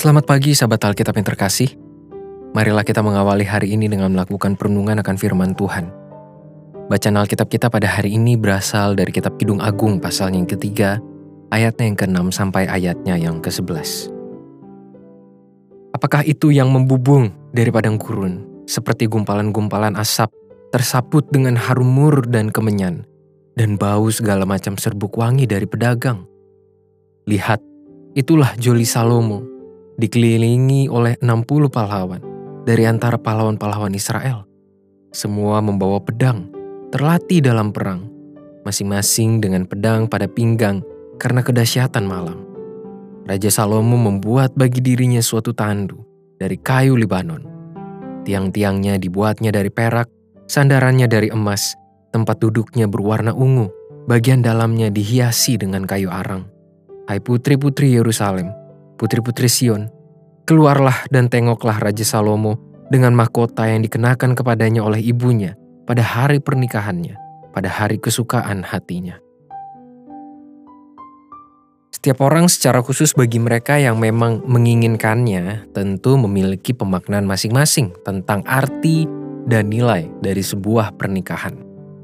Selamat pagi sahabat Alkitab yang terkasih. Marilah kita mengawali hari ini dengan melakukan perenungan akan firman Tuhan. Bacaan Alkitab kita pada hari ini berasal dari kitab Kidung Agung pasal yang ketiga, ayatnya yang ke-6 sampai ayatnya yang ke-11. Apakah itu yang membubung dari padang gurun, seperti gumpalan-gumpalan asap, tersaput dengan harum mur dan kemenyan, dan bau segala macam serbuk wangi dari pedagang? Lihat, itulah Joli Salomo, dikelilingi oleh 60 pahlawan dari antara pahlawan-pahlawan Israel. Semua membawa pedang, terlatih dalam perang, masing-masing dengan pedang pada pinggang karena kedahsyatan malam. Raja Salomo membuat bagi dirinya suatu tandu dari kayu Libanon. Tiang-tiangnya dibuatnya dari perak, sandarannya dari emas, tempat duduknya berwarna ungu, bagian dalamnya dihiasi dengan kayu arang. Hai putri-putri Yerusalem, putri-putri Sion, keluarlah dan tengoklah Raja Salomo dengan mahkota yang dikenakan kepadanya oleh ibunya pada hari pernikahannya, pada hari kesukaan hatinya. Setiap orang secara khusus bagi mereka yang memang menginginkannya tentu memiliki pemaknaan masing-masing tentang arti dan nilai dari sebuah pernikahan.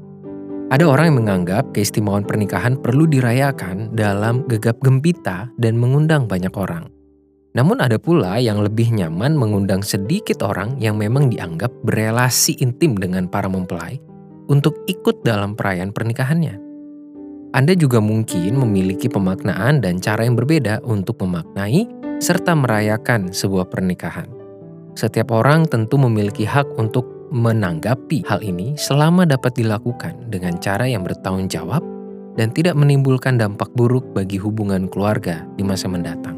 Ada orang yang menganggap keistimewaan pernikahan perlu dirayakan dalam gegap gempita dan mengundang banyak orang. Namun ada pula yang lebih nyaman mengundang sedikit orang yang memang dianggap berelasi intim dengan para mempelai untuk ikut dalam perayaan pernikahannya. Anda juga mungkin memiliki pemaknaan dan cara yang berbeda untuk memaknai serta merayakan sebuah pernikahan. Setiap orang tentu memiliki hak untuk menanggapi hal ini selama dapat dilakukan dengan cara yang bertanggung jawab dan tidak menimbulkan dampak buruk bagi hubungan keluarga di masa mendatang.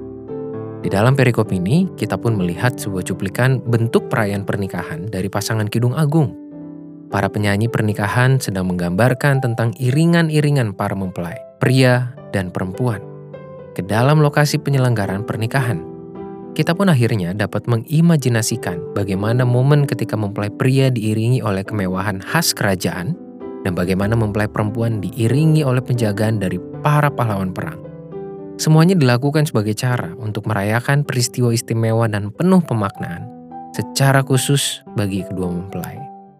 Di dalam perikop ini, kita pun melihat sebuah cuplikan bentuk perayaan pernikahan dari pasangan Kidung Agung. Para penyanyi pernikahan sedang menggambarkan tentang iringan-iringan para mempelai, pria dan perempuan, ke dalam lokasi penyelenggaraan pernikahan. Kita pun akhirnya dapat mengimajinasikan bagaimana momen ketika mempelai pria diiringi oleh kemewahan khas kerajaan dan bagaimana mempelai perempuan diiringi oleh penjagaan dari para pahlawan perang. Semuanya dilakukan sebagai cara untuk merayakan peristiwa istimewa dan penuh pemaknaan secara khusus bagi kedua mempelai.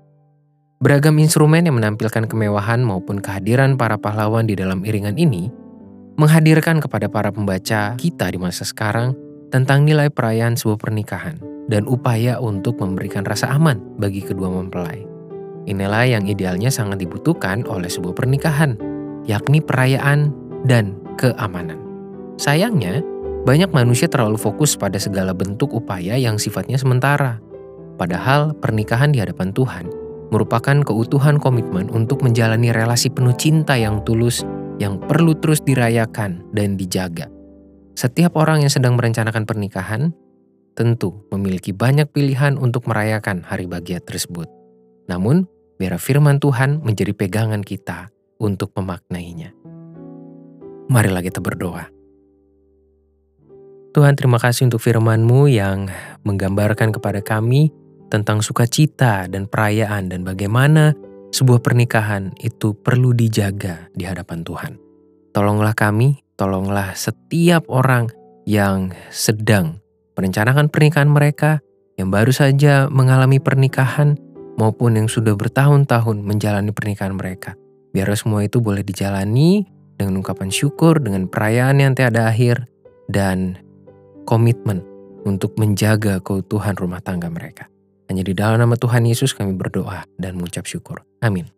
Beragam instrumen yang menampilkan kemewahan maupun kehadiran para pahlawan di dalam iringan ini menghadirkan kepada para pembaca kita di masa sekarang tentang nilai perayaan sebuah pernikahan dan upaya untuk memberikan rasa aman bagi kedua mempelai. Inilah yang idealnya sangat dibutuhkan oleh sebuah pernikahan, yakni perayaan dan keamanan. Sayangnya, banyak manusia terlalu fokus pada segala bentuk upaya yang sifatnya sementara. Padahal pernikahan di hadapan Tuhan merupakan keutuhan komitmen untuk menjalani relasi penuh cinta yang tulus yang perlu terus dirayakan dan dijaga. Setiap orang yang sedang merencanakan pernikahan tentu memiliki banyak pilihan untuk merayakan hari bahagia tersebut. Namun, biar firman Tuhan menjadi pegangan kita untuk memaknainya. Marilah kita berdoa. Tuhan, terima kasih untuk firman-Mu yang menggambarkan kepada kami tentang sukacita dan perayaan dan bagaimana sebuah pernikahan itu perlu dijaga di hadapan Tuhan. Tolonglah kami, tolonglah setiap orang yang sedang merencanakan pernikahan mereka, yang baru saja mengalami pernikahan, maupun yang sudah bertahun-tahun menjalani pernikahan mereka. Biar semua itu boleh dijalani dengan ungkapan syukur, dengan perayaan yang tiada akhir, dan komitmen untuk menjaga keutuhan rumah tangga mereka. Hanya di dalam nama Tuhan Yesus kami berdoa dan mengucap syukur. Amin.